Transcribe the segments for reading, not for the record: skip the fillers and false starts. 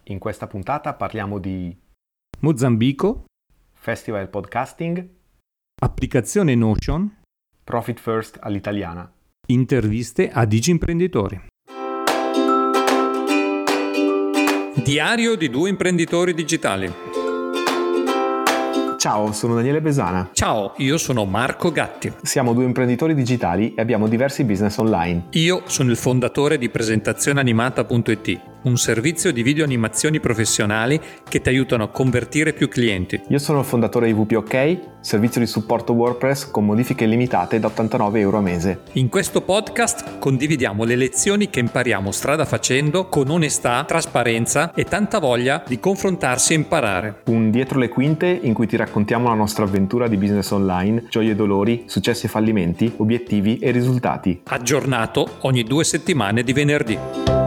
In questa puntata parliamo di Mozambico, Festival Podcasting, applicazione Notion, Profit First all'italiana. interviste a digimprenditori. Diario di due imprenditori digitali. Ciao, sono Daniele Besana. Ciao, io sono Marco Gatti. Siamo due imprenditori digitali e abbiamo diversi business online. Io sono il fondatore di presentazioneanimata.it, un servizio di video animazioni professionali che ti aiutano a convertire più clienti. Io sono il fondatore di WPOK, servizio di supporto WordPress con modifiche limitate da €89 a mese. In questo podcast condividiamo le lezioni che impariamo strada facendo con onestà, trasparenza e tanta voglia di confrontarsi e imparare. Un dietro le quinte in cui ti raccontiamo la nostra avventura di business online, gioie e dolori, successi e fallimenti, obiettivi e risultati. Aggiornato ogni 2 settimane di venerdì.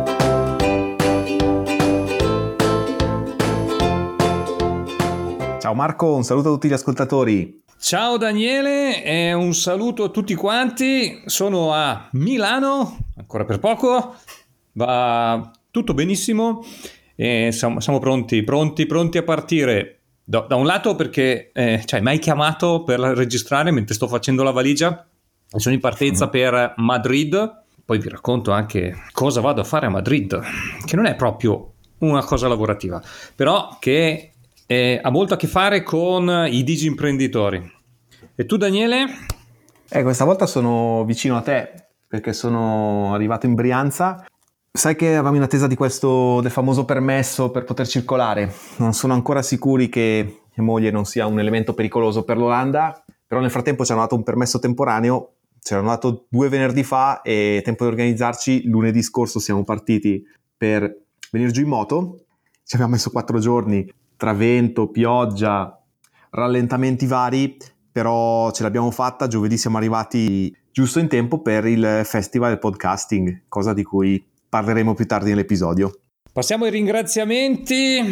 Ciao Marco, un saluto a tutti gli ascoltatori. Ciao Daniele e un saluto a tutti quanti. Sono a Milano, ancora per poco, va tutto benissimo e siamo pronti a partire. Da un lato perché mi hai chiamato per registrare mentre sto facendo la valigia e sono in partenza per Madrid. Poi vi racconto anche cosa vado a fare a Madrid, che non è proprio una cosa lavorativa, però che ha molto a che fare con i digi-imprenditori. E tu Daniele? Questa volta sono vicino a te perché sono arrivato in Brianza. Sai che avevamo in attesa del famoso permesso per poter circolare. Non sono ancora sicuri che mia moglie non sia un elemento pericoloso per l'Olanda, però nel frattempo ci hanno dato un permesso temporaneo, ce l'hanno dato 2 venerdì fa e tempo di organizzarci. Lunedì scorso siamo partiti per venire giù in moto, ci abbiamo messo 4 giorni tra vento, pioggia, rallentamenti vari, però ce l'abbiamo fatta. Giovedì siamo arrivati giusto in tempo per il Festival Podcasting, cosa di cui parleremo più tardi nell'episodio. Passiamo ai ringraziamenti.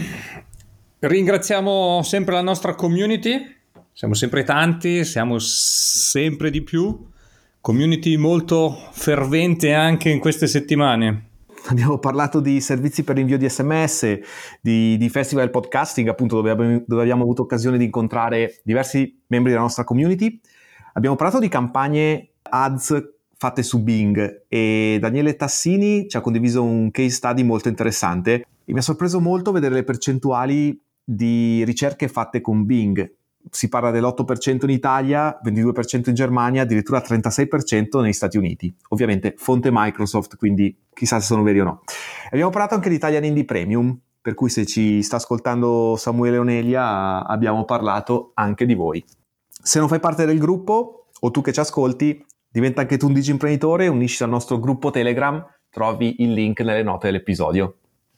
Ringraziamo sempre la nostra community, siamo sempre tanti, siamo sempre di più, community molto fervente anche in queste settimane. Abbiamo parlato di servizi per l'invio di SMS, di Festival Podcasting, appunto, dove abbiamo avuto occasione di incontrare diversi membri della nostra community. Abbiamo parlato di campagne ads fatte su Bing e Daniele Tassini ci ha condiviso un case study molto interessante e mi ha sorpreso molto vedere le percentuali di ricerche fatte con Bing. Si parla dell'8% in Italia, 22% in Germania, addirittura 36% negli Stati Uniti. Ovviamente fonte Microsoft, quindi chissà se sono veri o no. Abbiamo parlato anche di Italian Indie Premium, per cui se ci sta ascoltando Samuele Onelia abbiamo parlato anche di voi. Se non fai parte del gruppo o tu che ci ascolti, diventa anche tu un digiimprenditore, unisci al nostro gruppo Telegram, trovi il link nelle note dell'episodio.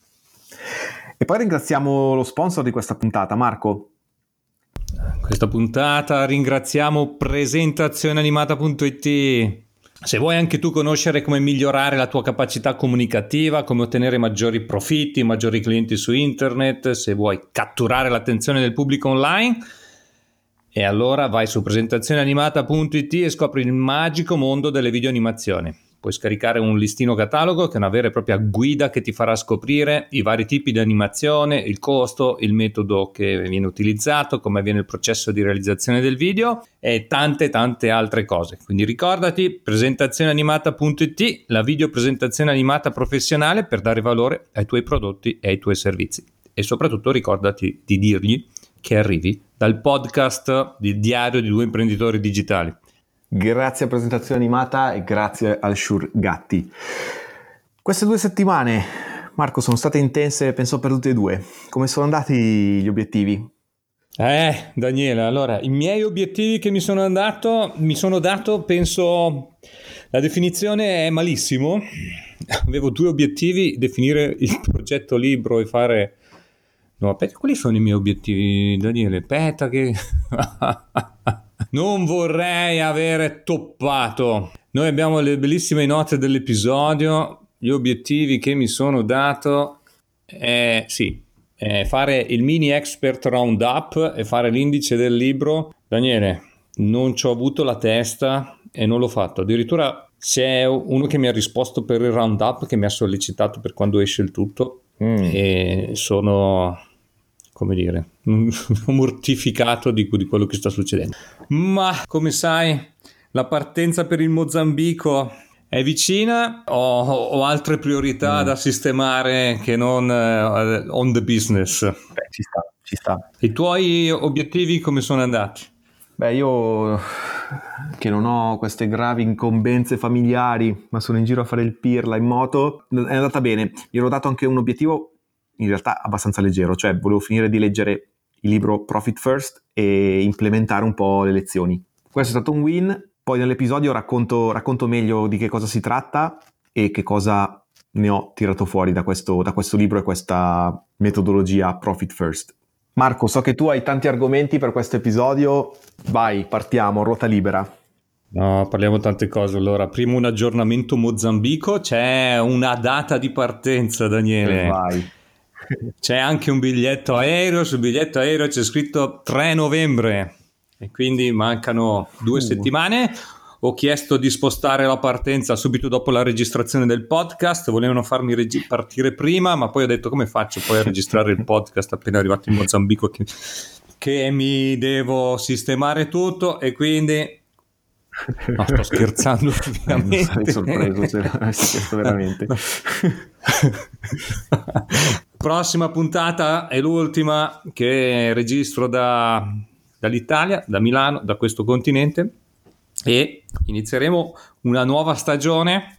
E poi ringraziamo lo sponsor di questa puntata, Marco. Questa puntata ringraziamo presentazioneanimata.it. Se vuoi anche tu conoscere come migliorare la tua capacità comunicativa, come ottenere maggiori profitti, maggiori clienti su internet, se vuoi catturare l'attenzione del pubblico online, e allora vai su presentazioneanimata.it e scopri il magico mondo delle videoanimazioni. Puoi scaricare un listino catalogo che è una vera e propria guida che ti farà scoprire i vari tipi di animazione, il costo, il metodo che viene utilizzato, come avviene il processo di realizzazione del video e tante altre cose. Quindi ricordati, presentazioneanimata.it, la videopresentazione animata professionale per dare valore ai tuoi prodotti e ai tuoi servizi. E soprattutto ricordati di dirgli che arrivi dal podcast di Diario di due imprenditori digitali. Grazie a Presentazione Animata e grazie al Shure Gatti. Queste 2 settimane, Marco, sono state intense, penso per tutti e due. Come sono andati gli obiettivi? Daniele, allora, i miei obiettivi che mi sono dato, penso, la definizione è malissimo. Avevo 2 obiettivi: definire il progetto libro e fare... No, aspetta, quali sono i miei obiettivi, Daniele? Aspetta che... Non vorrei avere toppato. Noi abbiamo le bellissime note dell'episodio. Gli obiettivi che mi sono dato è fare il mini expert roundup e fare l'indice del libro. Daniele, non ci ho avuto la testa e non l'ho fatto. Addirittura c'è uno che mi ha risposto per il roundup, che mi ha sollecitato per quando esce il tutto. e sono, come dire, mortificato di quello che sta succedendo. Ma come sai, la partenza per il Mozambico è vicina, ho altre priorità da sistemare che non on the business. Beh, ci sta. I tuoi obiettivi come sono andati? Beh, io che non ho queste gravi incombenze familiari, ma sono in giro a fare il pirla in moto, è andata bene. Mi ero dato anche un obiettivo in realtà abbastanza leggero, cioè volevo finire di leggere il libro Profit First e implementare un po' le lezioni. Questo è stato un win. Poi nell'episodio racconto meglio di che cosa si tratta e che cosa ne ho tirato fuori da questo libro e questa metodologia Profit First. Marco, so che tu hai tanti argomenti per questo episodio, vai, partiamo, ruota libera. No, parliamo tante cose. Allora, primo un aggiornamento Mozambico, c'è una data di partenza, Daniele. Vai. C'è anche un biglietto aereo, sul biglietto aereo c'è scritto 3 novembre e quindi mancano 2 settimane. Ho chiesto di spostare la partenza subito dopo la registrazione del podcast, volevano farmi partire prima, ma poi ho detto come faccio poi a registrare il podcast appena arrivato in Mozambico che mi devo sistemare tutto e quindi... No, sto scherzando ovviamente. Non sarei sorpreso se avessi chiesto veramente. Prossima puntata è l'ultima che registro dall'Italia, da Milano, da questo continente, e inizieremo una nuova stagione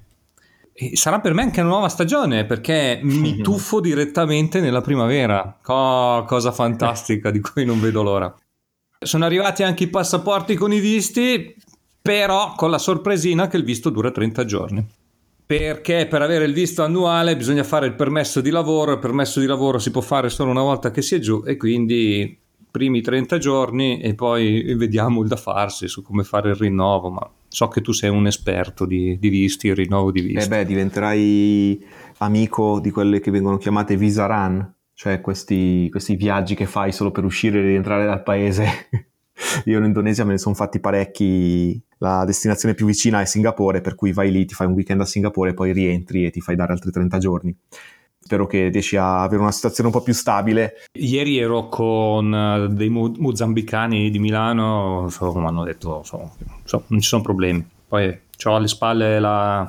e sarà per me anche una nuova stagione perché mi tuffo direttamente nella primavera. Cosa fantastica di cui non vedo l'ora. Sono arrivati anche i passaporti con i visti, però con la sorpresina che il visto dura 30 giorni. Perché per avere il visto annuale bisogna fare il permesso di lavoro, il permesso di lavoro si può fare solo una volta che si è giù e quindi primi 30 giorni e poi vediamo il da farsi su come fare il rinnovo, ma so che tu sei un esperto di visti e rinnovo di visti. Diventerai amico di quelle che vengono chiamate visa run, cioè questi viaggi che fai solo per uscire e rientrare dal paese. Io in Indonesia me ne sono fatti parecchi. La destinazione più vicina è Singapore, per cui vai lì, ti fai un weekend a Singapore, poi rientri e ti fai dare altri 30 giorni. Spero che riesci a avere una situazione un po' più stabile. Ieri ero con dei mozambicani di Milano, mi hanno detto non ci sono problemi. Poi ho alle spalle la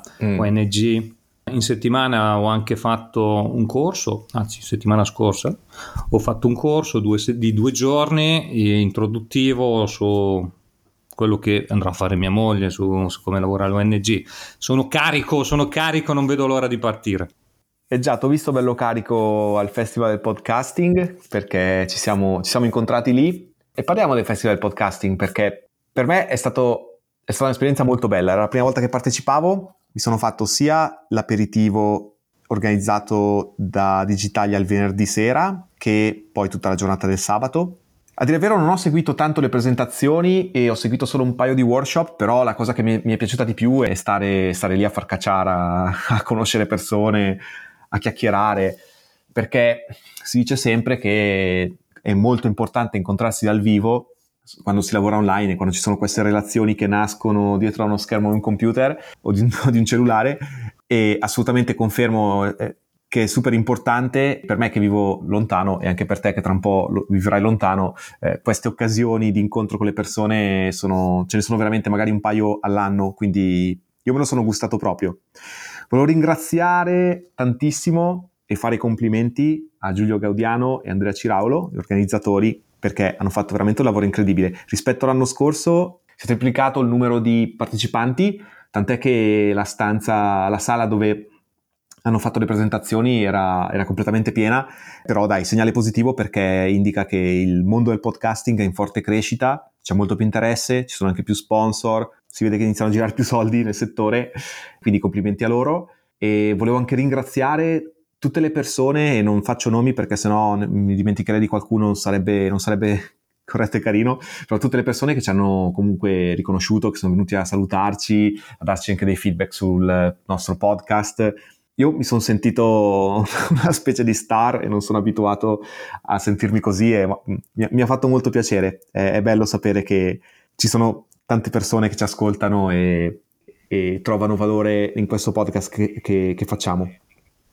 ONG. In settimana ho anche fatto un corso, anzi settimana scorsa ho fatto un corso di 2 giorni introduttivo su quello che andrà a fare mia moglie, su come lavora l'ONG. Sono carico, non vedo l'ora di partire. Già, ti ho visto bello carico al Festival del Podcasting perché ci siamo incontrati lì e parliamo del Festival del Podcasting perché per me è stata un'esperienza molto bella. Era la prima volta che partecipavo, mi sono fatto sia l'aperitivo organizzato da Digitalia il venerdì sera che poi tutta la giornata del sabato. A dire il vero non ho seguito tanto le presentazioni e ho seguito solo un paio di workshop, però la cosa che mi è piaciuta di più è stare lì a far cacciara, a conoscere persone, a chiacchierare, perché si dice sempre che è molto importante incontrarsi dal vivo quando si lavora online e quando ci sono queste relazioni che nascono dietro a uno schermo di un computer o di un cellulare, e assolutamente confermo che è super importante per me che vivo lontano e anche per te che tra un po' vivrai lontano. Queste occasioni di incontro con le persone ce ne sono veramente magari un paio all'anno, quindi io me lo sono gustato proprio. Volevo ringraziare tantissimo e fare i complimenti a Giulio Gaudiano e Andrea Ciraulo, gli organizzatori, perché hanno fatto veramente un lavoro incredibile. Rispetto all'anno scorso si è triplicato il numero di partecipanti, tant'è che la sala dove hanno fatto le presentazioni era completamente piena, però dai, segnale positivo perché indica che il mondo del podcasting è in forte crescita, c'è molto più interesse, ci sono anche più sponsor, si vede che iniziano a girare più soldi nel settore, quindi complimenti a loro. E volevo anche ringraziare tutte le persone, e non faccio nomi perché sennò mi dimenticherei di qualcuno, non sarebbe corretto e carino, però tutte le persone che ci hanno comunque riconosciuto, che sono venuti a salutarci, a darci anche dei feedback sul nostro podcast. Io mi sono sentito una specie di star e non sono abituato a sentirmi così e mi ha fatto molto piacere. È bello sapere che ci sono tante persone che ci ascoltano e trovano valore in questo podcast che facciamo.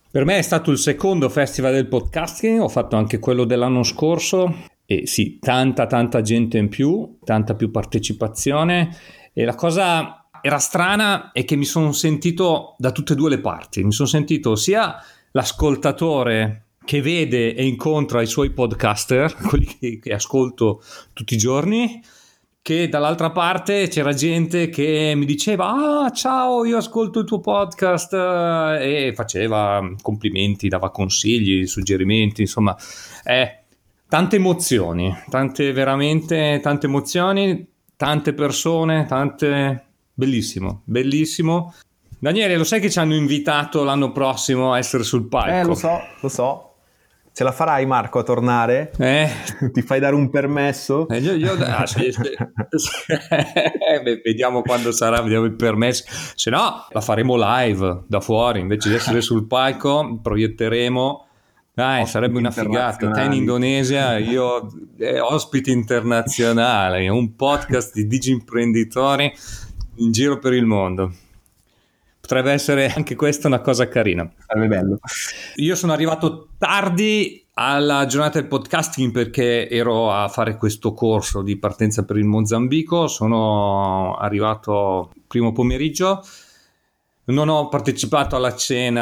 Per me è stato il secondo festival del podcasting, ho fatto anche quello dell'anno scorso e sì, tanta gente in più, tanta più partecipazione, e la cosa era strana è che mi sono sentito da tutte e due le parti, mi sono sentito sia l'ascoltatore che vede e incontra i suoi podcaster, quelli che ascolto tutti i giorni, che dall'altra parte c'era gente che mi diceva: ah, ciao, io ascolto il tuo podcast, e faceva complimenti, dava consigli, suggerimenti, insomma, tante emozioni, veramente tante emozioni, tante persone, bellissimo, bellissimo. Daniele, lo sai che ci hanno invitato l'anno prossimo a essere sul palco? Lo so. Ce la farai, Marco, a tornare? Ti fai dare un permesso? Vediamo quando sarà, vediamo il permesso. Se no, la faremo live da fuori, invece di essere sul palco, proietteremo. Dai, sarebbe una figata. Te in Indonesia, io ospite internazionale, un podcast di digi imprenditori in giro per il mondo. Potrebbe essere anche questa una cosa carina. Sarebbe bello. Io sono arrivato tardi alla giornata del podcasting perché ero a fare questo corso di partenza per il Mozambico. Sono arrivato primo pomeriggio. Non ho partecipato alla cena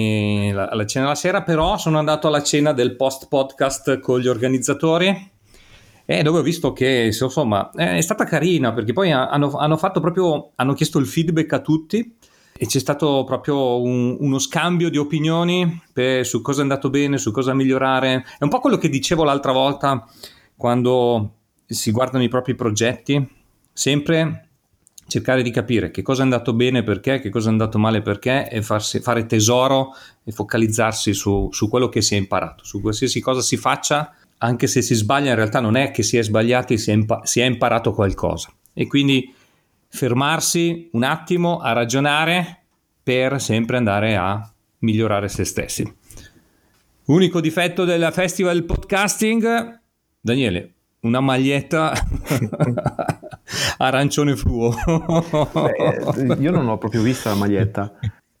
la sera, però sono andato alla cena del post podcast con gli organizzatori, dove ho visto che insomma è stata carina, perché poi hanno fatto proprio, hanno chiesto il feedback a tutti e c'è stato proprio uno scambio di opinioni su cosa è andato bene, su cosa migliorare. È un po' quello che dicevo l'altra volta, quando si guardano i propri progetti, sempre cercare di capire che cosa è andato bene perché, che cosa è andato male perché, e fare tesoro e focalizzarsi su quello che si è imparato, su qualsiasi cosa si faccia. Anche se si sbaglia, in realtà non è che si è sbagliati, si è imparato qualcosa, e quindi fermarsi un attimo a ragionare per sempre andare a migliorare se stessi. Unico difetto del festival del podcasting, Daniele, una maglietta arancione fluo. Io non ho proprio visto la maglietta.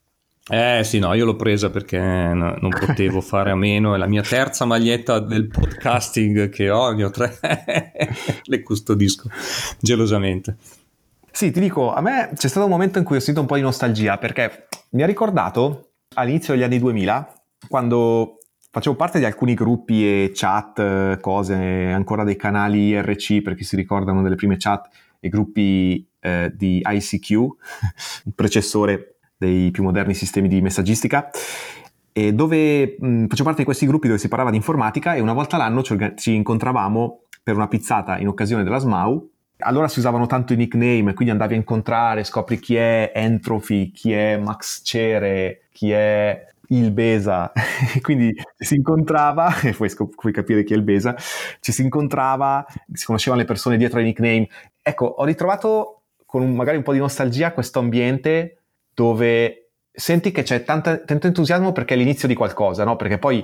Sì, no, io l'ho presa perché non potevo fare a meno. È la mia terza maglietta del podcasting che ho, ne ho 3, le custodisco gelosamente. Sì, ti dico, a me c'è stato un momento in cui ho sentito un po' di nostalgia, perché mi ha ricordato all'inizio degli anni 2000, quando facevo parte di alcuni gruppi e chat, cose, ancora dei canali IRC, per chi si ricordano delle prime chat, e gruppi di ICQ, il predecessore dei più moderni sistemi di messaggistica, e dove facevo parte di questi gruppi dove si parlava di informatica, e una volta l'anno ci incontravamo per una pizzata in occasione della SMAU. Allora si usavano tanto i nickname, quindi andavi a incontrare, scopri chi è Entropy, chi è Max Cere, chi è il Besa, quindi si incontrava, e puoi capire chi è il Besa, ci si incontrava, si conoscevano le persone dietro ai nickname. Ecco, ho ritrovato con magari un po' di nostalgia questo ambiente dove senti che c'è tanto entusiasmo perché è l'inizio di qualcosa, no? Perché poi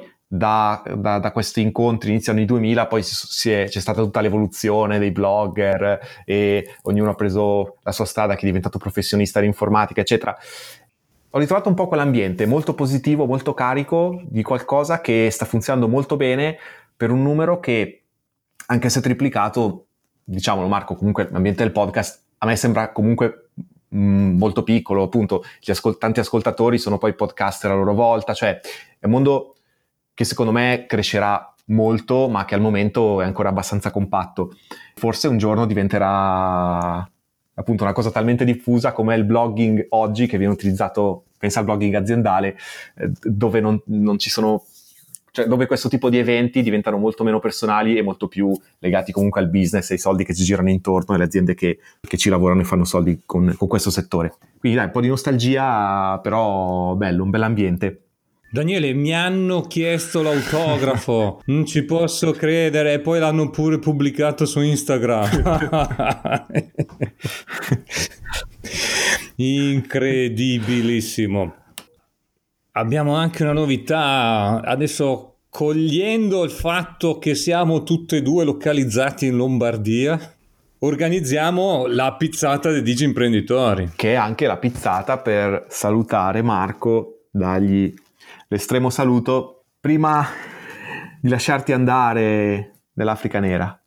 da questi incontri iniziano i 2000, poi c'è stata tutta l'evoluzione dei blogger e ognuno ha preso la sua strada, chi è diventato professionista di informatica, eccetera. Ho ritrovato un po' quell'ambiente molto positivo, molto carico di qualcosa che sta funzionando molto bene per un numero che, anche se triplicato, diciamolo Marco, comunque l'ambiente del podcast a me sembra comunque molto piccolo, appunto tanti ascoltatori sono poi podcaster a loro volta, cioè è un mondo che secondo me crescerà molto, ma che al momento è ancora abbastanza compatto. Forse un giorno diventerà appunto una cosa talmente diffusa come il blogging oggi, che viene utilizzato, pensa al blogging aziendale, dove non ci sono, cioè dove questo tipo di eventi diventano molto meno personali e molto più legati comunque al business e ai soldi che ci girano intorno e le aziende che ci lavorano e fanno soldi con questo settore. Quindi dai, un po' di nostalgia, però bello, un bell'ambiente. Daniele, mi hanno chiesto l'autografo, non ci posso credere, e poi l'hanno pure pubblicato su Instagram. Incredibilissimo. Abbiamo anche una novità, adesso cogliendo il fatto che siamo tutti e due localizzati in Lombardia, organizziamo la pizzata dei Digi Imprenditori. Che è anche la pizzata per salutare Marco, dargli l'estremo saluto prima di lasciarti andare nell'Africa nera.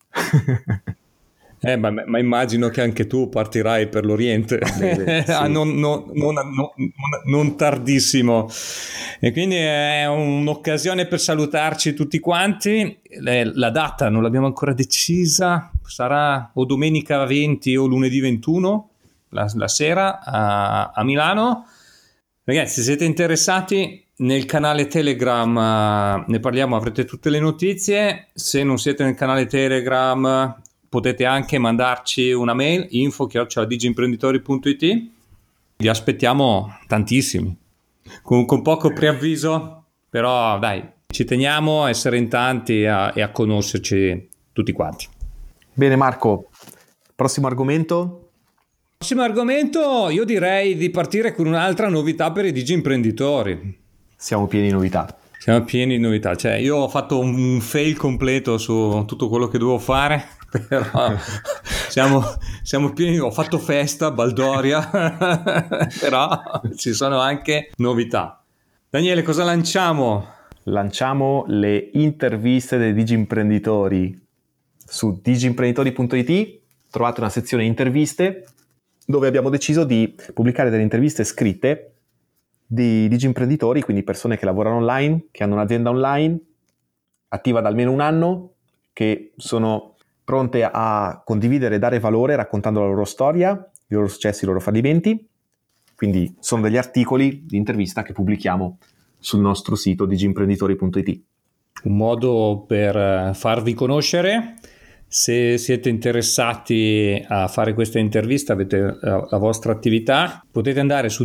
Ma immagino che anche tu partirai per l'Oriente Sì. non tardissimo, e quindi è un'occasione per salutarci tutti quanti. La data non l'abbiamo ancora decisa, sarà o domenica 20 o lunedì 21 la sera a Milano. Ragazzi, se siete interessati, nel canale Telegram ne parliamo, avrete tutte le notizie. Se non siete nel canale Telegram, potete anche mandarci una mail, info@digiimprenditori.it. Vi aspettiamo tantissimi, con poco preavviso, però dai, ci teniamo a essere in tanti e a conoscerci tutti quanti. Bene Marco, prossimo argomento? Prossimo argomento, io direi di partire con un'altra novità per i Digi Imprenditori. Siamo pieni di novità. Siamo pieni di novità, cioè io ho fatto un fail completo su tutto quello che dovevo fare, però siamo pieni, ho fatto festa, baldoria, però ci sono anche novità. Daniele, cosa lanciamo? Lanciamo le interviste dei Digi Imprenditori. Su digiimprenditori.it trovate una sezione interviste dove abbiamo deciso di pubblicare delle interviste scritte di Digi Imprenditori, quindi persone che lavorano online, che hanno un'azienda online attiva da almeno un anno, che sono pronte a condividere e dare valore raccontando la loro storia, i loro successi, i loro fallimenti. Quindi sono degli articoli di intervista che pubblichiamo sul nostro sito digiimprenditori.it. Un modo per farvi conoscere. Se siete interessati a fare questa intervista, avete la vostra attività, potete andare su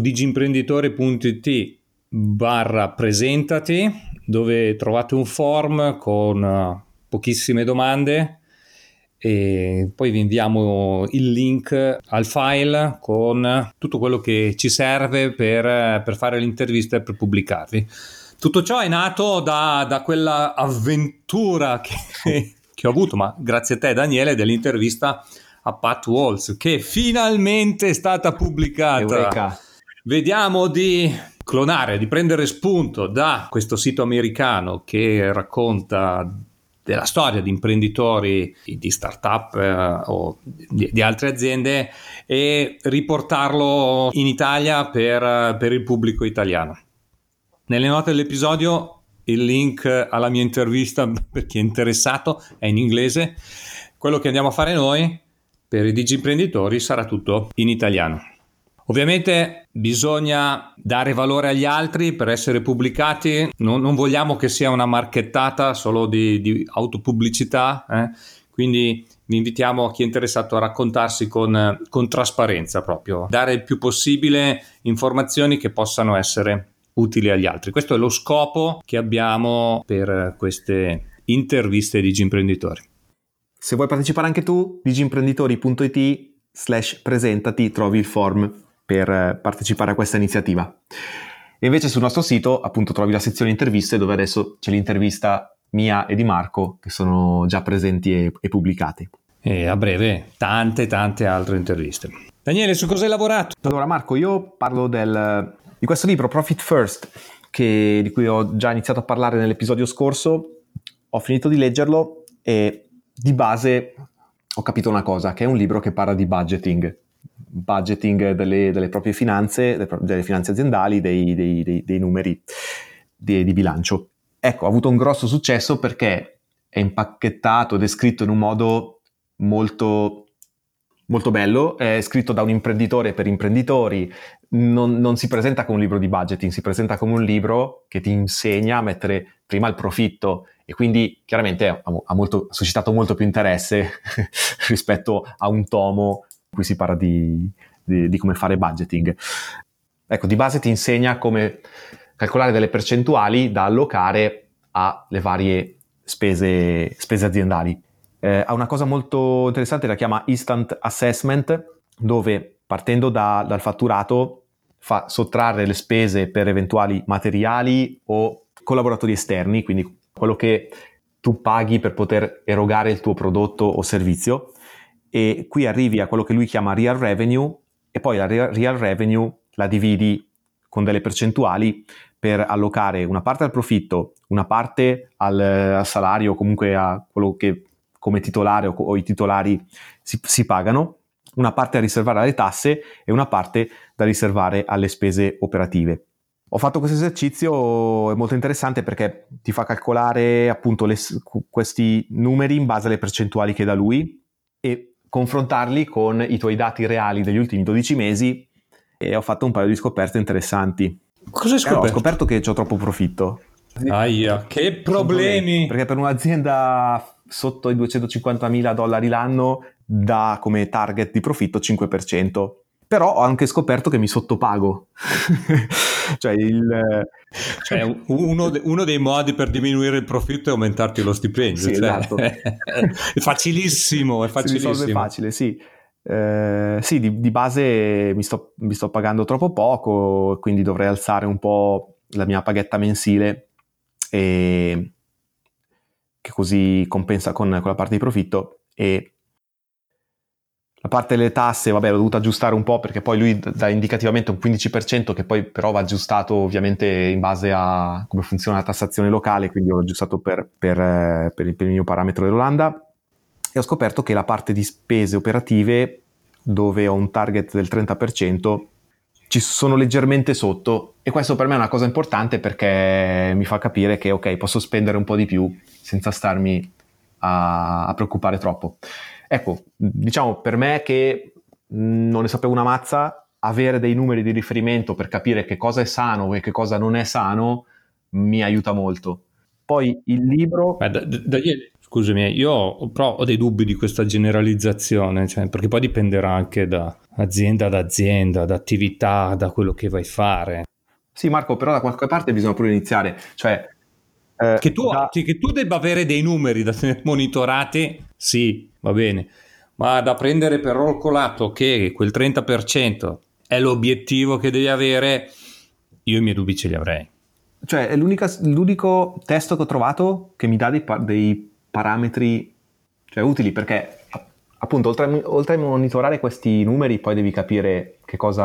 digiimprenditore.it/presentati, dove trovate un form con pochissime domande e poi vi inviamo il link al file con tutto quello che ci serve per fare l'intervista e per pubblicarvi. Tutto ciò è nato da quella avventura che ho avuto, ma grazie a te Daniele, dell'intervista a Pat Walsh, che finalmente è stata pubblicata. Eureka. Vediamo di clonare, di prendere spunto da questo sito americano che racconta della storia di imprenditori di startup o di altre aziende e riportarlo in Italia per il pubblico italiano. Nelle note dell'episodio il link alla mia intervista per chi è interessato è in inglese. Quello che andiamo a fare noi per i Digi Imprenditori sarà tutto in italiano. Ovviamente bisogna dare valore agli altri per essere pubblicati, non vogliamo che sia una marchettata solo di autopubblicità, quindi vi invitiamo, a chi è interessato, a raccontarsi con trasparenza, proprio dare il più possibile informazioni che possano essere utili agli altri. Questo è lo scopo che abbiamo per queste interviste di Digi Imprenditori. Se vuoi partecipare anche tu, digiimprenditori.it/presentati, trovi il form per partecipare a questa iniziativa. E invece sul nostro sito appunto trovi la sezione interviste, dove adesso c'è l'intervista mia e di Marco che sono già presenti e pubblicate. E a breve tante altre interviste. Daniele, su cosa hai lavorato? Allora Marco, io parlo di questo libro Profit First, di cui ho già iniziato a parlare nell'episodio scorso. Ho finito di leggerlo e di base ho capito una cosa, che è un libro che parla di budgeting delle proprie finanze, delle finanze aziendali, dei numeri di bilancio. Ecco, ha avuto un grosso successo perché è impacchettato ed è scritto in un modo molto, molto bello, è scritto da un imprenditore per imprenditori, non si presenta come un libro di budgeting, si presenta come un libro che ti insegna a mettere prima il profitto, e quindi chiaramente ha suscitato molto più interesse rispetto a un tomo in cui si parla di come fare budgeting. Ecco, di base ti insegna come calcolare delle percentuali da allocare alle varie spese aziendali. Ha una cosa molto interessante, la chiama Instant Assessment, dove partendo dal fatturato fa sottrarre le spese per eventuali materiali o collaboratori esterni, quindi quello che tu paghi per poter erogare il tuo prodotto o servizio, e qui arrivi a quello che lui chiama real revenue, e poi la real revenue la dividi con delle percentuali per allocare una parte al profitto, una parte al salario, o comunque a quello che come titolare o i titolari si pagano, una parte da riservare alle tasse e una parte da riservare alle spese operative. Ho fatto questo esercizio, è molto interessante perché ti fa calcolare appunto questi numeri in base alle percentuali che dà lui e confrontarli con i tuoi dati reali degli ultimi 12 mesi, e ho fatto un paio di scoperte interessanti. Cosa hai scoperto? Ho scoperto che ho troppo profitto. Aia, che problemi! Perché per un'azienda sotto i $250.000 l'anno dà come target di profitto 5%. Però ho anche scoperto che mi sottopago. Cioè uno dei modi per diminuire il profitto è aumentarti lo stipendio. Sì, esatto. È facilissimo, Si risolve facile, sì. Sì, di base mi sto pagando troppo poco, quindi dovrei alzare un po' la mia paghetta mensile, e che così compensa con la parte di profitto. E la parte delle tasse, vabbè, l'ho dovuta aggiustare un po' perché poi lui dà indicativamente un 15%, che poi però va aggiustato ovviamente in base a come funziona la tassazione locale, quindi l'ho aggiustato per il mio parametro dell'Olanda. E ho scoperto che la parte di spese operative, dove ho un target del 30%, ci sono leggermente sotto, e questo per me è una cosa importante perché mi fa capire che ok, posso spendere un po' di più senza starmi a preoccupare troppo. Ecco, diciamo, per me che non ne sapevo una mazza, avere dei numeri di riferimento per capire che cosa è sano e che cosa non è sano mi aiuta molto. Poi il libro... Scusami, io però ho dei dubbi di questa generalizzazione, cioè, perché poi dipenderà anche da azienda ad azienda, da attività, da quello che vai a fare. Sì, Marco, però da qualche parte bisogna pure iniziare. Cioè, che tu debba avere dei numeri da tenere monitorati, sì, va bene, ma da prendere per roccolato che quel 30% è l'obiettivo che devi avere, io i miei dubbi ce li avrei. Cioè, è l'unico testo che ho trovato che mi dà dei parametri, cioè, utili, perché appunto oltre a monitorare questi numeri poi devi capire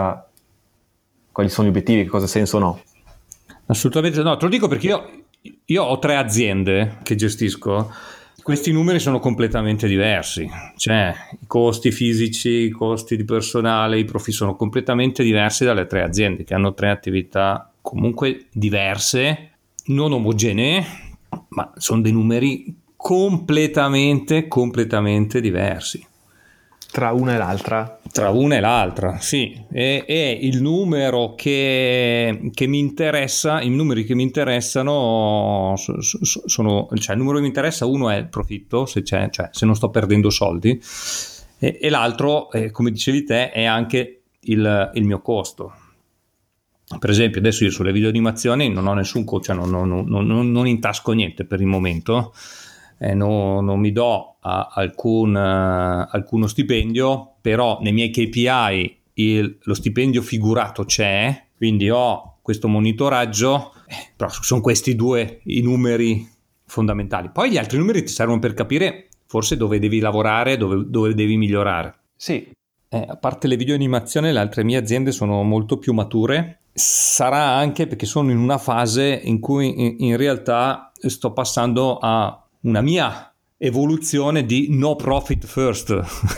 quali sono gli obiettivi, che cosa ha senso o no. Assolutamente no, te lo dico perché io ho 3 aziende che gestisco. Questi numeri sono completamente diversi, cioè i costi fisici, i costi di personale, i profitti sono completamente diversi dalle 3 aziende che hanno 3 attività comunque diverse, non omogenee, ma sono dei numeri completamente diversi. Tra una e l'altra? Tra una e l'altra, sì. E il numero che mi interessa, i numeri che mi interessano sono, cioè il numero che mi interessa, uno è il profitto, se c'è, cioè se non sto perdendo soldi, e l'altro, come dicevi te, è anche il mio costo. Per esempio, adesso io sulle videoanimazioni non ho nessun costo, cioè non intasco niente per il momento. Non mi do alcuno stipendio, però nei miei KPI lo stipendio figurato c'è, quindi ho questo monitoraggio, però sono questi due i numeri fondamentali. Poi gli altri numeri ti servono per capire forse dove devi lavorare, dove devi migliorare. Sì. A parte le videoanimazioni, le altre mie aziende sono molto più mature. Sarà anche perché sono in una fase in cui in realtà sto passando a una mia evoluzione di no profit first.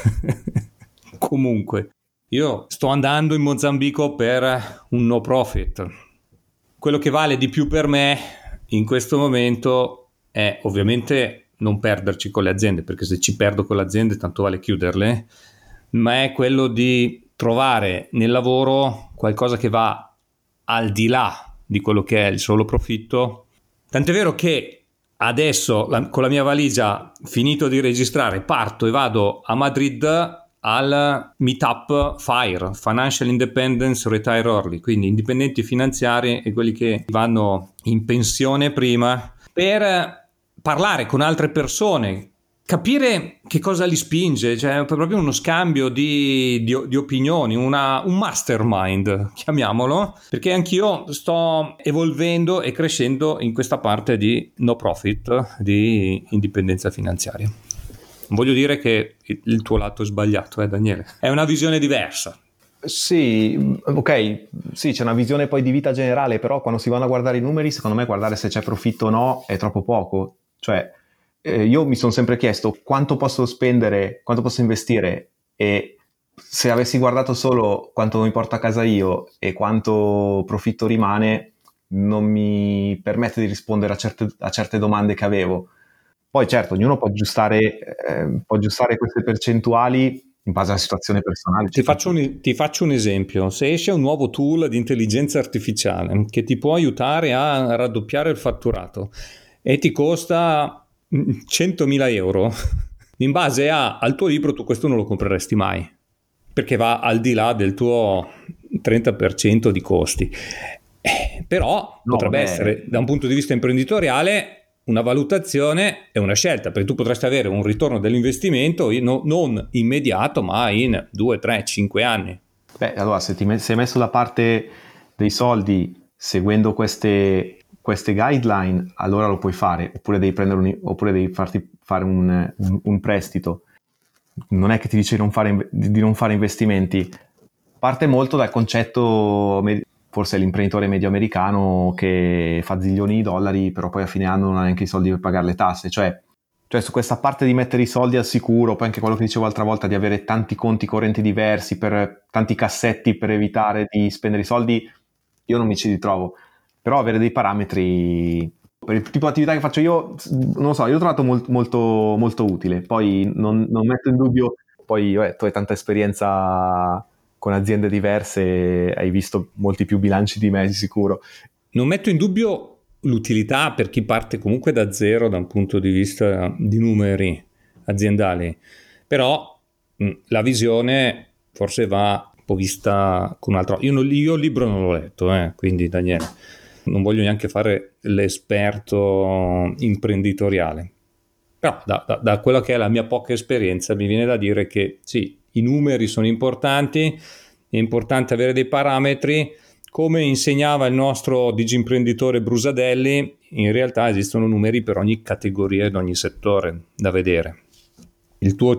Comunque, io sto andando in Mozambico per un no profit. Quello che vale di più per me in questo momento è ovviamente non perderci con le aziende, perché se ci perdo con le aziende tanto vale chiuderle, ma è quello di trovare nel lavoro qualcosa che va al di là di quello che è il solo profitto. Tant'è vero che adesso con la mia valigia, finito di registrare, parto e vado a Madrid al meetup FIRE, Financial Independence Retire Early, quindi indipendenti finanziari e quelli che vanno in pensione prima, per parlare con altre persone, capire che cosa li spinge, cioè proprio uno scambio di opinioni, un mastermind, chiamiamolo, perché anch'io sto evolvendo e crescendo in questa parte di no profit, di indipendenza finanziaria. Non voglio dire che il tuo lato è sbagliato, Daniele, è una visione diversa. Sì, ok, sì, c'è una visione poi di vita generale, però quando si vanno a guardare i numeri, secondo me guardare se c'è profitto o no è troppo poco. Cioè, io mi sono sempre chiesto quanto posso spendere, quanto posso investire, e se avessi guardato solo quanto mi porto a casa io e quanto profitto rimane, non mi permette di rispondere a certe domande che avevo. Poi certo, ognuno può aggiustare queste percentuali in base alla situazione personale, eccetera. Ti faccio un esempio. Se esce un nuovo tool di intelligenza artificiale che ti può aiutare a raddoppiare il fatturato e ti costa 100.000 euro, in base al tuo libro tu questo non lo compreresti mai, perché va al di là del tuo 30% di costi. Però No, potrebbe vabbè, essere, da un punto di vista imprenditoriale, una valutazione e una scelta, perché tu potresti avere un ritorno dell'investimento non immediato, ma in 2, 3, 5 anni. beh, allora se se hai messo da parte dei soldi seguendo queste guideline, allora lo puoi fare, oppure devi oppure devi farti fare un prestito. Non è che ti dice di non fare investimenti. Parte molto dal concetto, forse l'imprenditore medio americano che fa zilioni di dollari, però poi a fine anno non ha neanche i soldi per pagare le tasse. Cioè su questa parte di mettere i soldi al sicuro, poi anche quello che dicevo l'altra volta, di avere tanti conti correnti diversi, per tanti cassetti per evitare di spendere i soldi, io non mi ci ritrovo. Però avere dei parametri per il tipo di attività che faccio io, non lo so, io l'ho trovato molto, molto utile. Poi non metto in dubbio, poi tu hai tanta esperienza con aziende diverse, hai visto molti più bilanci di me, di sicuro. Non metto in dubbio l'utilità per chi parte comunque da zero da un punto di vista di numeri aziendali, però la visione forse va un po' vista con un altro. Io il libro non l'ho letto, quindi Daniele, non voglio neanche fare l'esperto imprenditoriale, però da quella che è la mia poca esperienza mi viene da dire che sì, i numeri sono importanti, è importante avere dei parametri. Come insegnava il nostro digiimprenditore Brusadelli, in realtà esistono numeri per ogni categoria ed ogni settore da vedere. Il tuo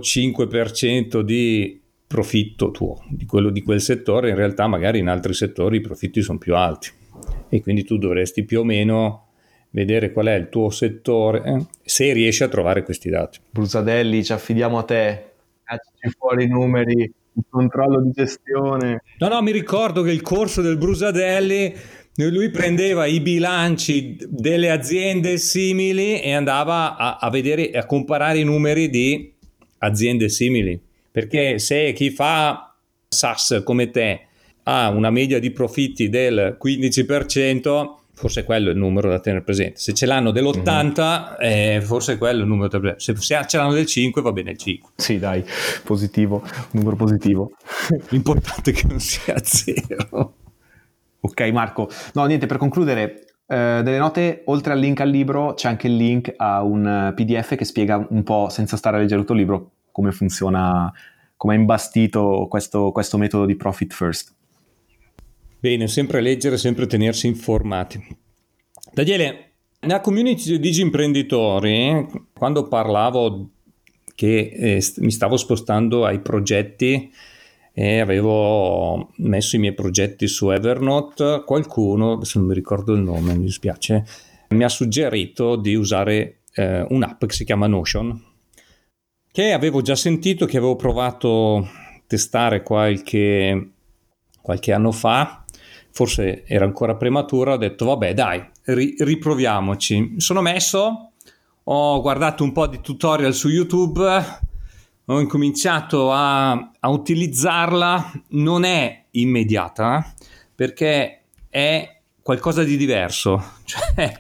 5% di profitto tuo, di quello di quel settore, in realtà magari in altri settori i profitti sono più alti e quindi tu dovresti più o meno vedere qual è il tuo settore, se riesci a trovare questi dati. Brusadelli, ci affidiamo a te, cacci fuori i numeri, il controllo di gestione. No, mi ricordo che il corso del Brusadelli, lui prendeva i bilanci delle aziende simili e andava a vedere e a comparare i numeri di aziende simili. Perché se chi fa SaaS come te ha una media di profitti del 15%, forse quello è il numero da tenere presente. Se ce l'hanno dell'80, forse quello è il numero da tenere presente. Se ce l'hanno del 5, va bene il 5. Sì, dai, positivo, numero positivo. L'importante è che non sia zero. Ok, Marco. No, niente, per concludere, delle note, oltre al link al libro, c'è anche il link a un PDF che spiega un po', senza stare a leggere tutto il libro, come funziona, come è imbastito questo metodo di Profit First. Bene, sempre leggere, sempre tenersi informati. Daniele, nella community di Digi Imprenditori, quando parlavo che mi stavo spostando ai progetti e avevo messo i miei progetti su Evernote, qualcuno, adesso non mi ricordo il nome, mi dispiace, mi ha suggerito di usare un'app che si chiama Notion, che avevo già sentito, che avevo provato a testare qualche anno fa. Forse era ancora prematura, ho detto vabbè dai, riproviamoci. Mi sono messo, ho guardato un po' di tutorial su YouTube, ho incominciato a utilizzarla. Non è immediata perché è qualcosa di diverso, cioè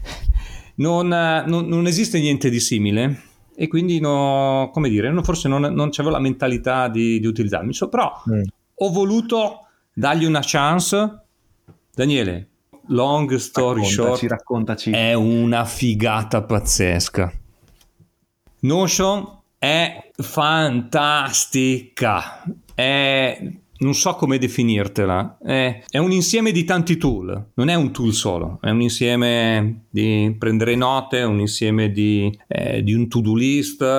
non esiste niente di simile e quindi forse non c'avevo la mentalità di utilizzarmi, però ho voluto dargli una chance. Daniele, long story short, Raccontaci. è una figata pazzesca. Notion è fantastica, non so come definirtela, è un insieme di tanti tool, non è un tool solo, è un insieme di prendere note, un insieme di un to-do list,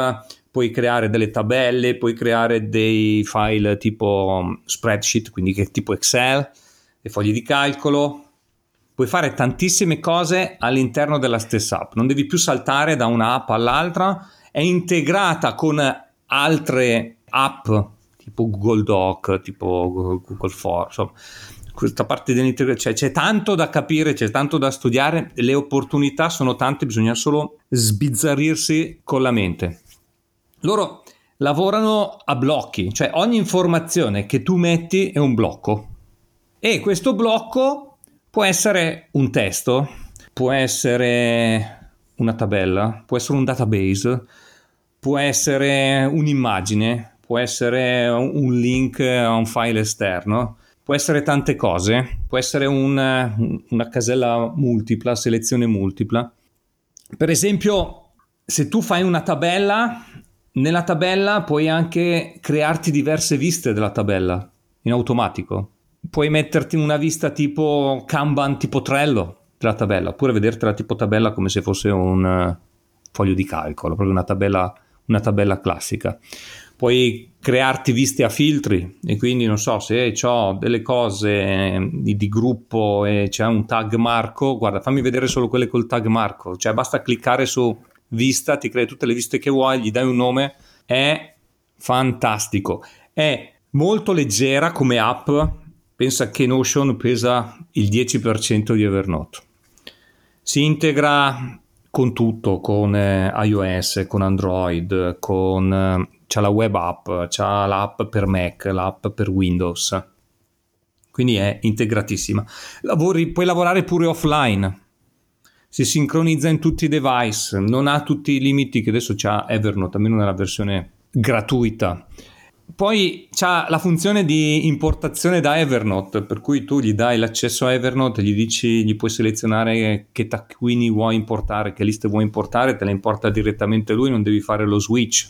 puoi creare delle tabelle, puoi creare dei file tipo spreadsheet, quindi che tipo Excel, dei fogli di calcolo. Puoi fare tantissime cose all'interno della stessa app, non devi più saltare da una app all'altra, è integrata con altre app tipo Google Doc, tipo Google Form, insomma, questa parte dell'integrazione, c'è tanto da capire, c'è tanto da studiare, le opportunità sono tante, bisogna solo sbizzarrirsi con la mente. Loro lavorano a blocchi, cioè ogni informazione che tu metti è un blocco e questo blocco può essere un testo, può essere una tabella, può essere un database, può essere un'immagine, può essere un link a un file esterno, può essere tante cose, può essere una casella multipla, selezione multipla. Per esempio, se tu fai una tabella, nella tabella puoi anche crearti diverse viste della tabella in automatico. Puoi metterti una vista tipo Kanban, tipo Trello della tabella, oppure vedertela tipo tabella come se fosse un foglio di calcolo, proprio una tabella classica. Puoi crearti viste a filtri e quindi non so se ho delle cose di gruppo e c'è un tag Marco, guarda, fammi vedere solo quelle col tag Marco, cioè basta cliccare su vista, ti crea tutte le viste che vuoi, gli dai un nome, è fantastico, è molto leggera come app. Pensa che Notion pesa il 10% di Evernote. Si integra con tutto, con iOS, con Android, c'ha la web app, c'ha l'app per Mac, l'app per Windows. Quindi è integratissima. Puoi lavorare pure offline. Si sincronizza in tutti i device, non ha tutti i limiti che adesso c'ha Evernote, almeno nella versione gratuita. Poi c'ha la funzione di importazione da Evernote, per cui tu gli dai l'accesso a Evernote, gli puoi selezionare che taccuini vuoi importare, che liste vuoi importare, te le importa direttamente lui, non devi fare lo switch.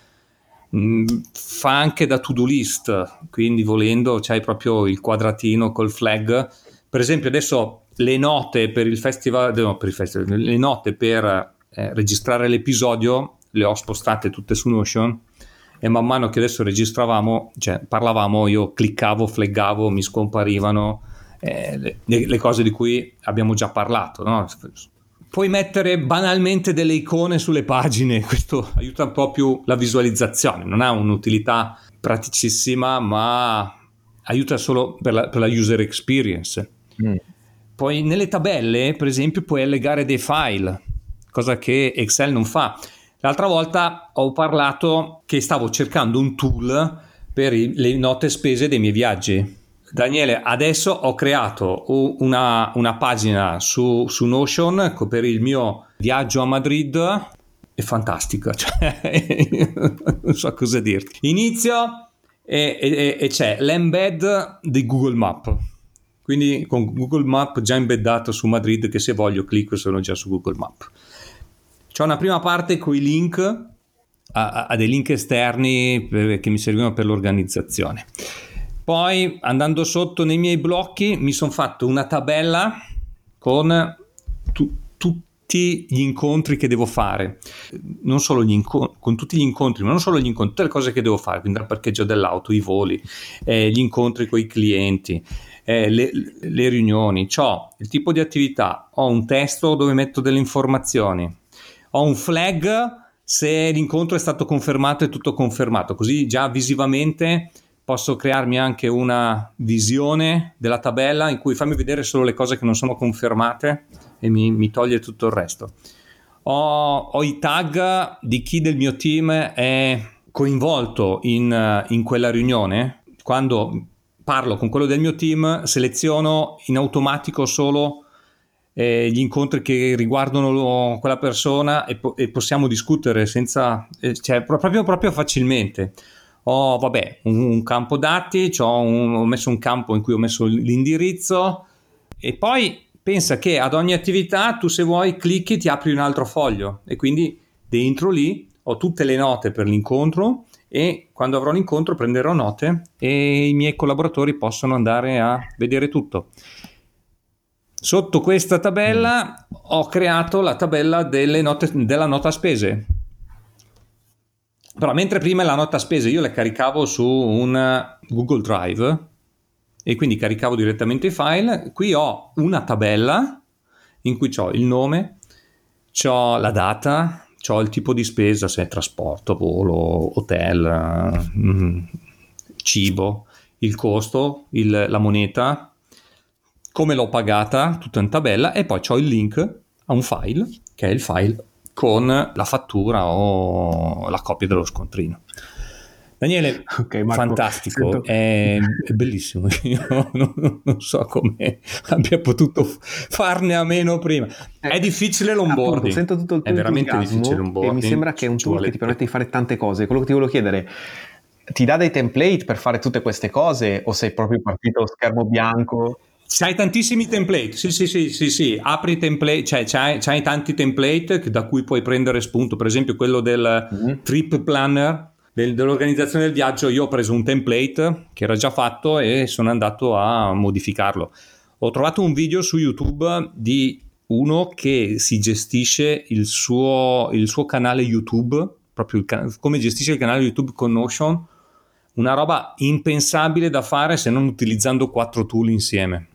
Fa anche da to-do list, quindi volendo c'hai proprio il quadratino col flag. Per esempio adesso le note per il festival, le note per registrare l'episodio le ho spostate tutte su Notion. E man mano che adesso registravamo, cioè parlavamo, io cliccavo, flaggavo, mi scomparivano le cose di cui abbiamo già parlato, no? Puoi mettere banalmente delle icone sulle pagine, questo aiuta un po' più la visualizzazione, non ha un'utilità praticissima, ma aiuta solo per la user experience. Poi nelle tabelle, per esempio, puoi allegare dei file, cosa che Excel non fa. L'altra volta ho parlato che stavo cercando un tool per le note spese dei miei viaggi. Daniele, adesso ho creato una pagina su Notion per il mio viaggio a Madrid. È fantastica, cioè, non so cosa dirti. Inizio e c'è l'embed di Google Map. Quindi con Google Map già embeddato su Madrid, che se voglio clicco sono già su Google Map. C'è una prima parte con i link a dei link esterni che mi servivano per l'organizzazione. Poi andando sotto nei miei blocchi mi sono fatto una tabella con tutti gli incontri che devo fare, non solo con tutti gli incontri, ma non solo gli incontri, tutte le cose che devo fare, quindi dal parcheggio dell'auto, i voli, gli incontri con i clienti, le riunioni. C'ho il tipo di attività, ho un testo dove metto delle informazioni, ho un flag se l'incontro è stato confermato, è tutto confermato, così già visivamente posso crearmi anche una visione della tabella in cui fammi vedere solo le cose che non sono confermate e mi toglie tutto il resto. Ho i tag di chi del mio team è coinvolto in quella riunione. Quando parlo con quello del mio team seleziono in automatico solo gli incontri che riguardano quella persona e possiamo discutere senza, cioè proprio facilmente. Ho un campo dati, ho messo un campo in cui ho messo l'indirizzo e poi pensa che ad ogni attività tu se vuoi clicchi ti apri un altro foglio e quindi dentro lì ho tutte le note per l'incontro e quando avrò l'incontro prenderò note e i miei collaboratori possono andare a vedere tutto. Sotto questa tabella ho creato la tabella della nota spese. Però mentre prima la nota spese io le caricavo su un Google Drive e quindi caricavo direttamente i file, qui ho una tabella in cui ho il nome, ho la data, ho il tipo di spesa, se è trasporto, volo, hotel, cibo, il costo, la moneta, come l'ho pagata, tutto in tabella, e poi ho il link a un file, che è il file con la fattura o la copia dello scontrino. Daniele, okay, Marco, fantastico, è bellissimo. Io non so come abbia potuto farne a meno prima. È difficile l'onboarding. Appunto, sento tutto il tuo è veramente difficile l'onboarding. e mi sembra che è un tool che ti permette di fare tante cose. Quello che ti volevo chiedere, ti dà dei template per fare tutte queste cose o sei proprio partito allo schermo bianco? C'hai tantissimi template, sì, apri i template, c'hai tanti template da cui puoi prendere spunto, per esempio quello del trip planner, dell'organizzazione del viaggio. Io ho preso un template che era già fatto e sono andato a modificarlo. Ho trovato un video su YouTube di uno che si gestisce il suo canale YouTube, proprio come gestisce il canale YouTube con Notion, una roba impensabile da fare se non utilizzando 4 tool insieme.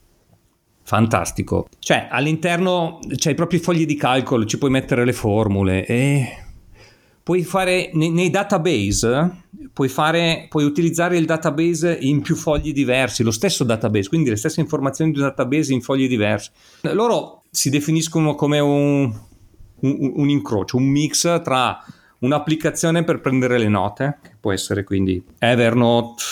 Fantastico. Cioè, all'interno c'hai proprio i fogli di calcolo, ci puoi mettere le formule e puoi fare nei database, puoi utilizzare il database in più fogli diversi, lo stesso database, quindi le stesse informazioni di un database in fogli diversi. Loro si definiscono come un incrocio, un mix tra un'applicazione per prendere le note, che può essere quindi Evernote,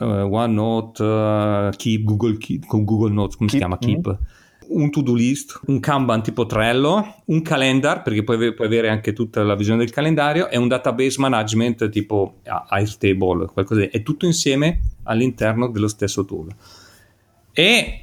OneNote, Keep, Google Notes, come si chiama? Keep. Un to-do list, un Kanban tipo Trello, un calendar, perché puoi avere anche tutta la visione del calendario, e un database management tipo Airtable, qualcosa. È tutto insieme all'interno dello stesso tool. E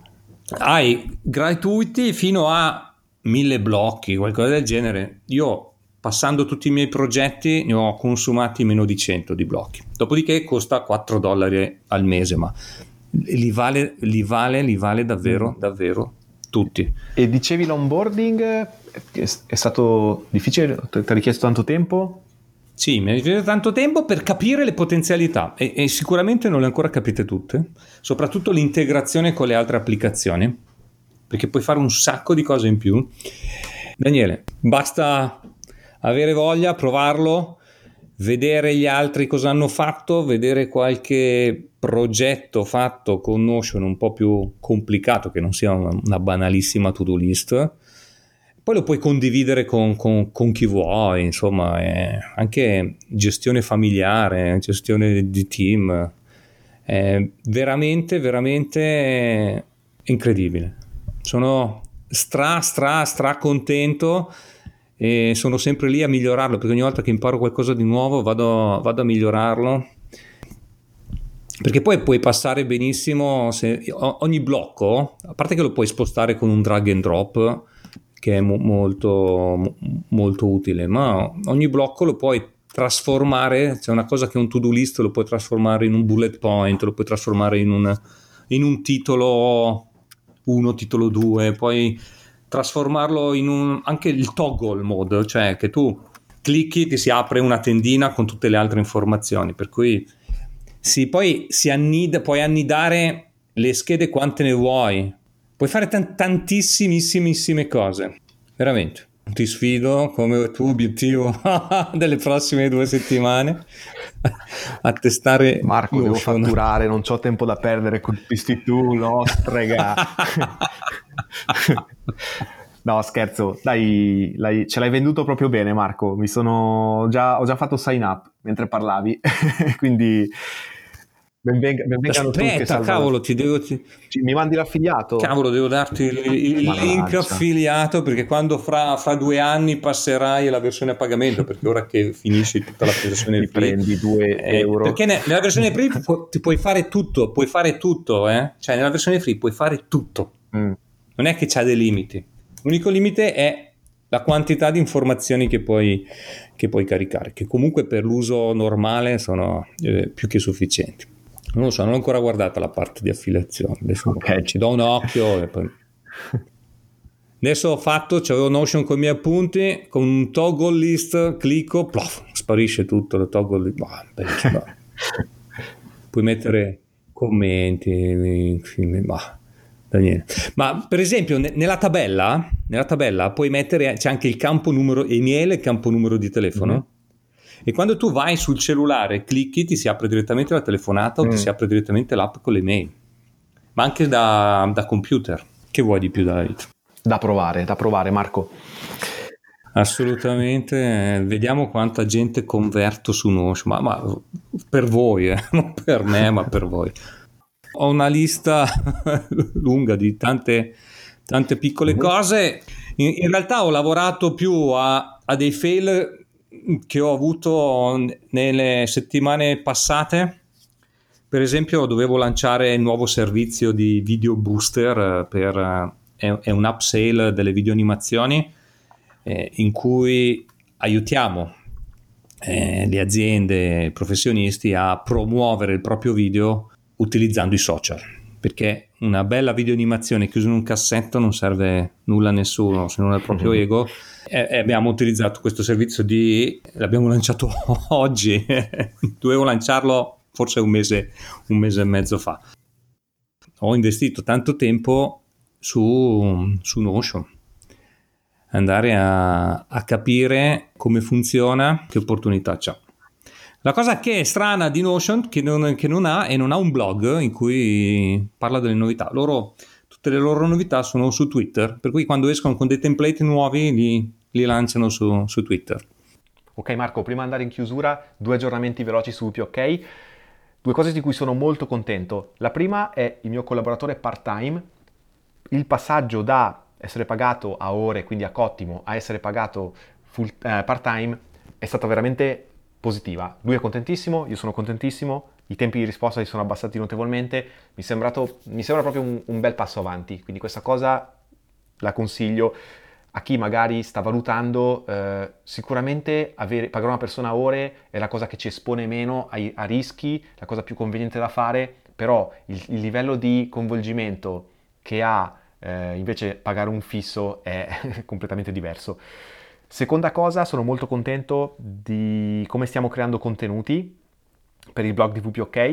hai gratuiti fino a 1000 blocchi, qualcosa del genere. Io, passando tutti i miei progetti, ne ho consumati meno di 100 di blocchi. Dopodiché costa $4 al mese, ma li vale davvero, davvero tutti. E dicevi l'onboarding è stato difficile? Ti ha richiesto tanto tempo? Sì, mi ha richiesto tanto tempo per capire le potenzialità e sicuramente non le ho ancora capite tutte, soprattutto l'integrazione con le altre applicazioni, perché puoi fare un sacco di cose in più. Daniele, basta avere voglia, provarlo, vedere gli altri cosa hanno fatto, vedere qualche progetto fatto con Notion un po' più complicato, che non sia una banalissima to-do list. Poi lo puoi condividere con chi vuoi, insomma, è anche gestione familiare, gestione di team, è veramente, veramente incredibile. Sono stra contento e sono sempre lì a migliorarlo, perché ogni volta che imparo qualcosa di nuovo vado a migliorarlo, perché poi puoi passare benissimo ogni blocco, a parte che lo puoi spostare con un drag and drop che è molto utile, ma ogni blocco lo puoi trasformare, c'è una cosa che è un to-do list, lo puoi trasformare in un bullet point, lo puoi trasformare in un titolo 1, titolo 2, poi trasformarlo in anche il toggle mode, cioè che tu clicchi, ti si apre una tendina con tutte le altre informazioni, per cui puoi annidare le schede quante ne vuoi, puoi fare tantissimissime cose, veramente. Ti sfido come tuo obiettivo delle prossime 2 settimane a testare Marco, Notion. devo fatturare, non c'ho tempo da perdere con questi tu, no, strega. No, scherzo, dai, ce l'hai venduto proprio bene, Marco. Ho già fatto sign up mentre parlavi, quindi benvengano tutti. Aspetta, cavolo, mi mandi l'affiliato? Cavolo, devo darti il link affiliato, perché quando fra 2 anni passerai alla versione a pagamento, perché ora che finisci tutta la versione ti free prendi 2 euro. Perché nella versione free ti puoi fare tutto, cioè nella versione free puoi fare tutto. Non è che c'ha dei limiti. L'unico limite è la quantità di informazioni che puoi caricare, che comunque per l'uso normale sono più che sufficienti. Non lo so, non ho ancora guardata la parte di affiliazione. Adesso ci do un occhio e poi Adesso c'avevo Notion con i miei appunti, con un toggle list, clicco, plof, sparisce tutto, lo toggle list. Bellissimo. Puoi mettere commenti, Daniele. Ma per esempio nella tabella puoi mettere, c'è anche il campo numero email e il campo numero di telefono. E quando tu vai sul cellulare, clicchi, ti si apre direttamente la telefonata o ti si apre direttamente l'app con le mail. Ma anche da computer. Che vuoi di più dalla vita? Da provare, Marco. Assolutamente, vediamo quanta gente converto su Notion, ma per voi, non per me, ma per voi. Ho una lista lunga di tante piccole cose. In realtà ho lavorato più a dei fail che ho avuto nelle settimane passate. Per esempio, dovevo lanciare il nuovo servizio di Video Booster è un upsell delle videoanimazioni in cui aiutiamo le aziende, i professionisti a promuovere il proprio video utilizzando i social, perché una bella videoanimazione chiusa in un cassetto non serve nulla a nessuno se non al proprio ego. Abbiamo utilizzato questo servizio l'abbiamo lanciato oggi, dovevo lanciarlo forse un mese e mezzo fa. Ho investito tanto tempo su Notion, andare a capire come funziona, che opportunità c'ha. La cosa che è strana di Notion che non ha un blog in cui parla delle novità. Tutte le loro novità sono su Twitter, per cui quando escono con dei template nuovi li lanciano su Twitter. Ok Marco, prima di andare in chiusura, 2 aggiornamenti veloci su WPOK. 2 cose di cui sono molto contento. La prima è il mio collaboratore part-time. Il passaggio da essere pagato a ore, quindi a cottimo, a essere pagato part-time è stata veramente positiva. Lui è contentissimo, io sono contentissimo, i tempi di risposta si sono abbassati notevolmente, mi sembra proprio un bel passo avanti, quindi questa cosa la consiglio a chi magari sta valutando. Sicuramente pagare una persona a ore è la cosa che ci espone meno a rischi, la cosa più conveniente da fare, però il livello di coinvolgimento che ha invece pagare un fisso è completamente diverso. Seconda cosa, sono molto contento di come stiamo creando contenuti per il blog di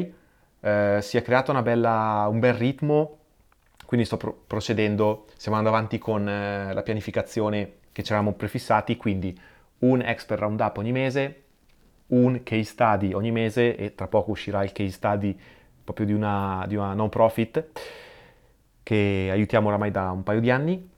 WPOK. Si è creato un bel ritmo, quindi sto procedendo, stiamo andando avanti con la pianificazione che ci eravamo prefissati, quindi un expert roundup ogni mese, un case study ogni mese, e tra poco uscirà il case study proprio di una non profit che aiutiamo oramai da un paio di anni.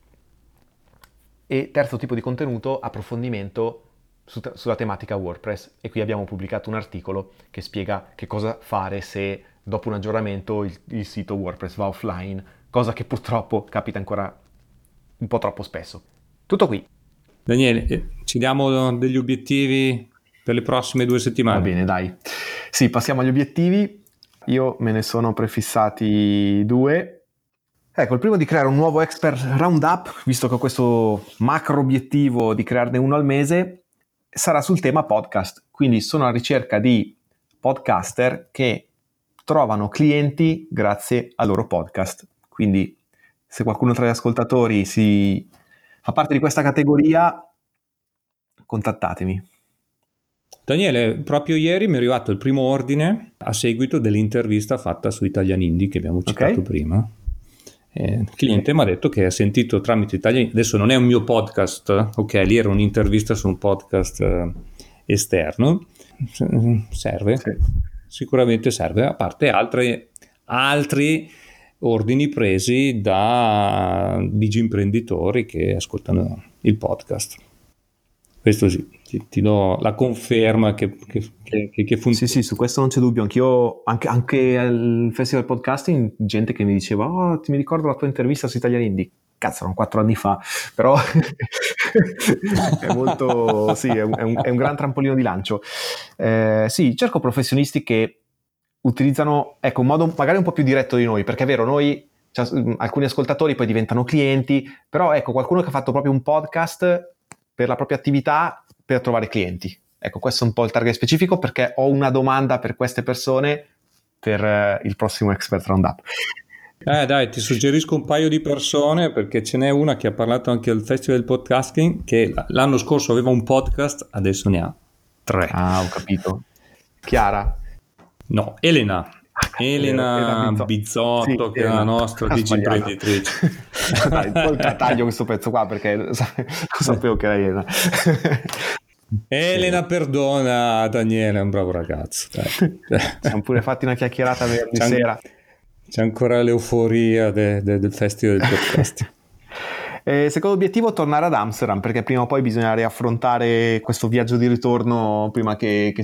E terzo tipo di contenuto, approfondimento sulla tematica WordPress, e qui abbiamo pubblicato un articolo che spiega che cosa fare se dopo un aggiornamento il sito WordPress va offline, cosa che purtroppo capita ancora un po' troppo spesso. Tutto qui. Daniele, ci diamo degli obiettivi per le prossime 2 settimane? Va bene, dai. Sì, passiamo agli obiettivi. Io me ne sono prefissati 2. Ecco, il primo di creare un nuovo expert roundup, visto che ho questo macro obiettivo di crearne uno al mese, sarà sul tema podcast. Quindi sono alla ricerca di podcaster che trovano clienti grazie al loro podcast. Quindi se qualcuno tra gli ascoltatori fa parte di questa categoria, contattatemi. Daniele, proprio ieri mi è arrivato il primo ordine a seguito dell'intervista fatta su Italian Indie che abbiamo citato prima. Il cliente mi ha detto che ha sentito tramite Italian Indie. Adesso non è un mio podcast, ok, lì era un'intervista su un podcast esterno. Serve, sì. Sicuramente serve, a parte altri ordini presi da digimprenditori che ascoltano il podcast. Questo sì, ti do la conferma che funziona. Sì, su questo non c'è dubbio. Anch'io, anche al Festival Podcasting, gente che mi diceva: oh, mi ricordo la tua intervista su Italian Indie. Cazzo, erano 4 anni fa, però è molto, sì, è un gran trampolino di lancio. Sì, cerco professionisti che utilizzano, ecco, un modo magari un po' più diretto di noi, perché è vero, noi, alcuni ascoltatori poi diventano clienti, però ecco, qualcuno che ha fatto proprio un podcast per la propria attività per trovare clienti. Ecco, questo è un po' il target specifico, perché ho una domanda per queste persone per il prossimo Expert Roundup. Dai, ti suggerisco un paio di persone, perché ce n'è una che ha parlato anche al Festival del Podcasting, che l'anno scorso aveva un podcast, adesso ne ha 3. Ah, ho capito. Chiara? No, Elena Era Bizzotto, sì, che è la nostra digital imprenditrice. Dai, poi taglio questo pezzo qua perché lo sapevo che era Elena. Elena, perdona Daniele, è un bravo ragazzo. Siamo pure fatti una chiacchierata venerdì sera. C'è ancora l'euforia del Festival del Podcast. Secondo obiettivo tornare ad Amsterdam, perché prima o poi bisogna riaffrontare questo viaggio di ritorno prima che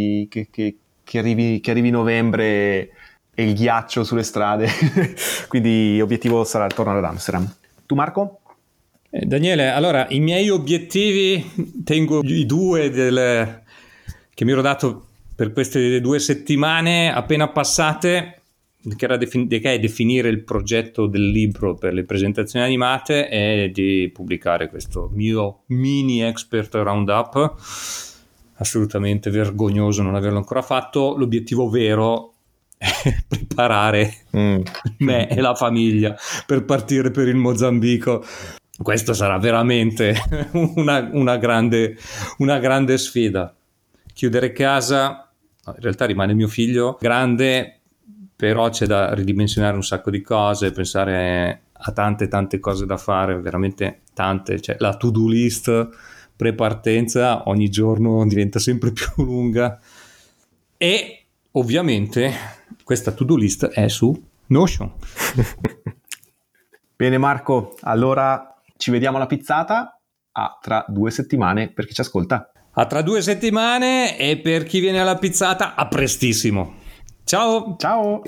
arrivi novembre e il ghiaccio sulle strade. Quindi obiettivo sarà tornare ad Amsterdam. Tu Marco? Daniele, allora i miei obiettivi, tengo i due che mi ero dato per queste 2 settimane appena passate, che è definire il progetto del libro per le presentazioni animate e di pubblicare questo mio mini expert roundup. Assolutamente vergognoso non averlo ancora fatto. L'obiettivo vero è preparare me e la famiglia per partire per il Mozambico. Questa sarà veramente una grande sfida. Chiudere casa, in realtà rimane mio figlio grande, però c'è da ridimensionare un sacco di cose, pensare a tante cose da fare, veramente tante. Cioè, la to-do list pre-partenza ogni giorno diventa sempre più lunga e ovviamente questa to-do list è su Notion. Bene Marco, allora ci vediamo alla pizzata tra 2 settimane per chi ci ascolta. A tra 2 settimane e per chi viene alla pizzata a prestissimo. Ciao! Ciao!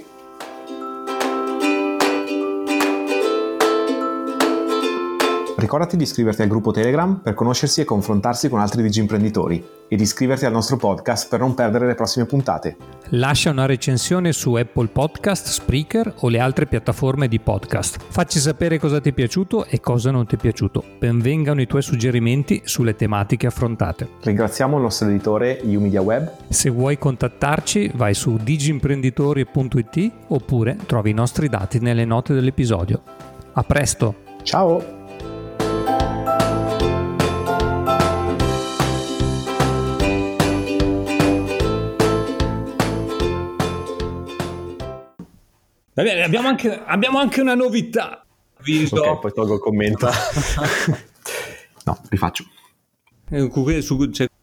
Ricordati di iscriverti al gruppo Telegram per conoscersi e confrontarsi con altri digimprenditori e di iscriverti al nostro podcast per non perdere le prossime puntate. Lascia una recensione su Apple Podcast, Spreaker o le altre piattaforme di podcast. Facci sapere cosa ti è piaciuto e cosa non ti è piaciuto. Benvengano i tuoi suggerimenti sulle tematiche affrontate. Ringraziamo il nostro editore YouMedia Web. Se vuoi contattarci vai su digimprenditori.it oppure trovi i nostri dati nelle note dell'episodio. A presto! Ciao! Va bene, abbiamo anche una novità. Ok, poi tolgo il commento. No, rifaccio.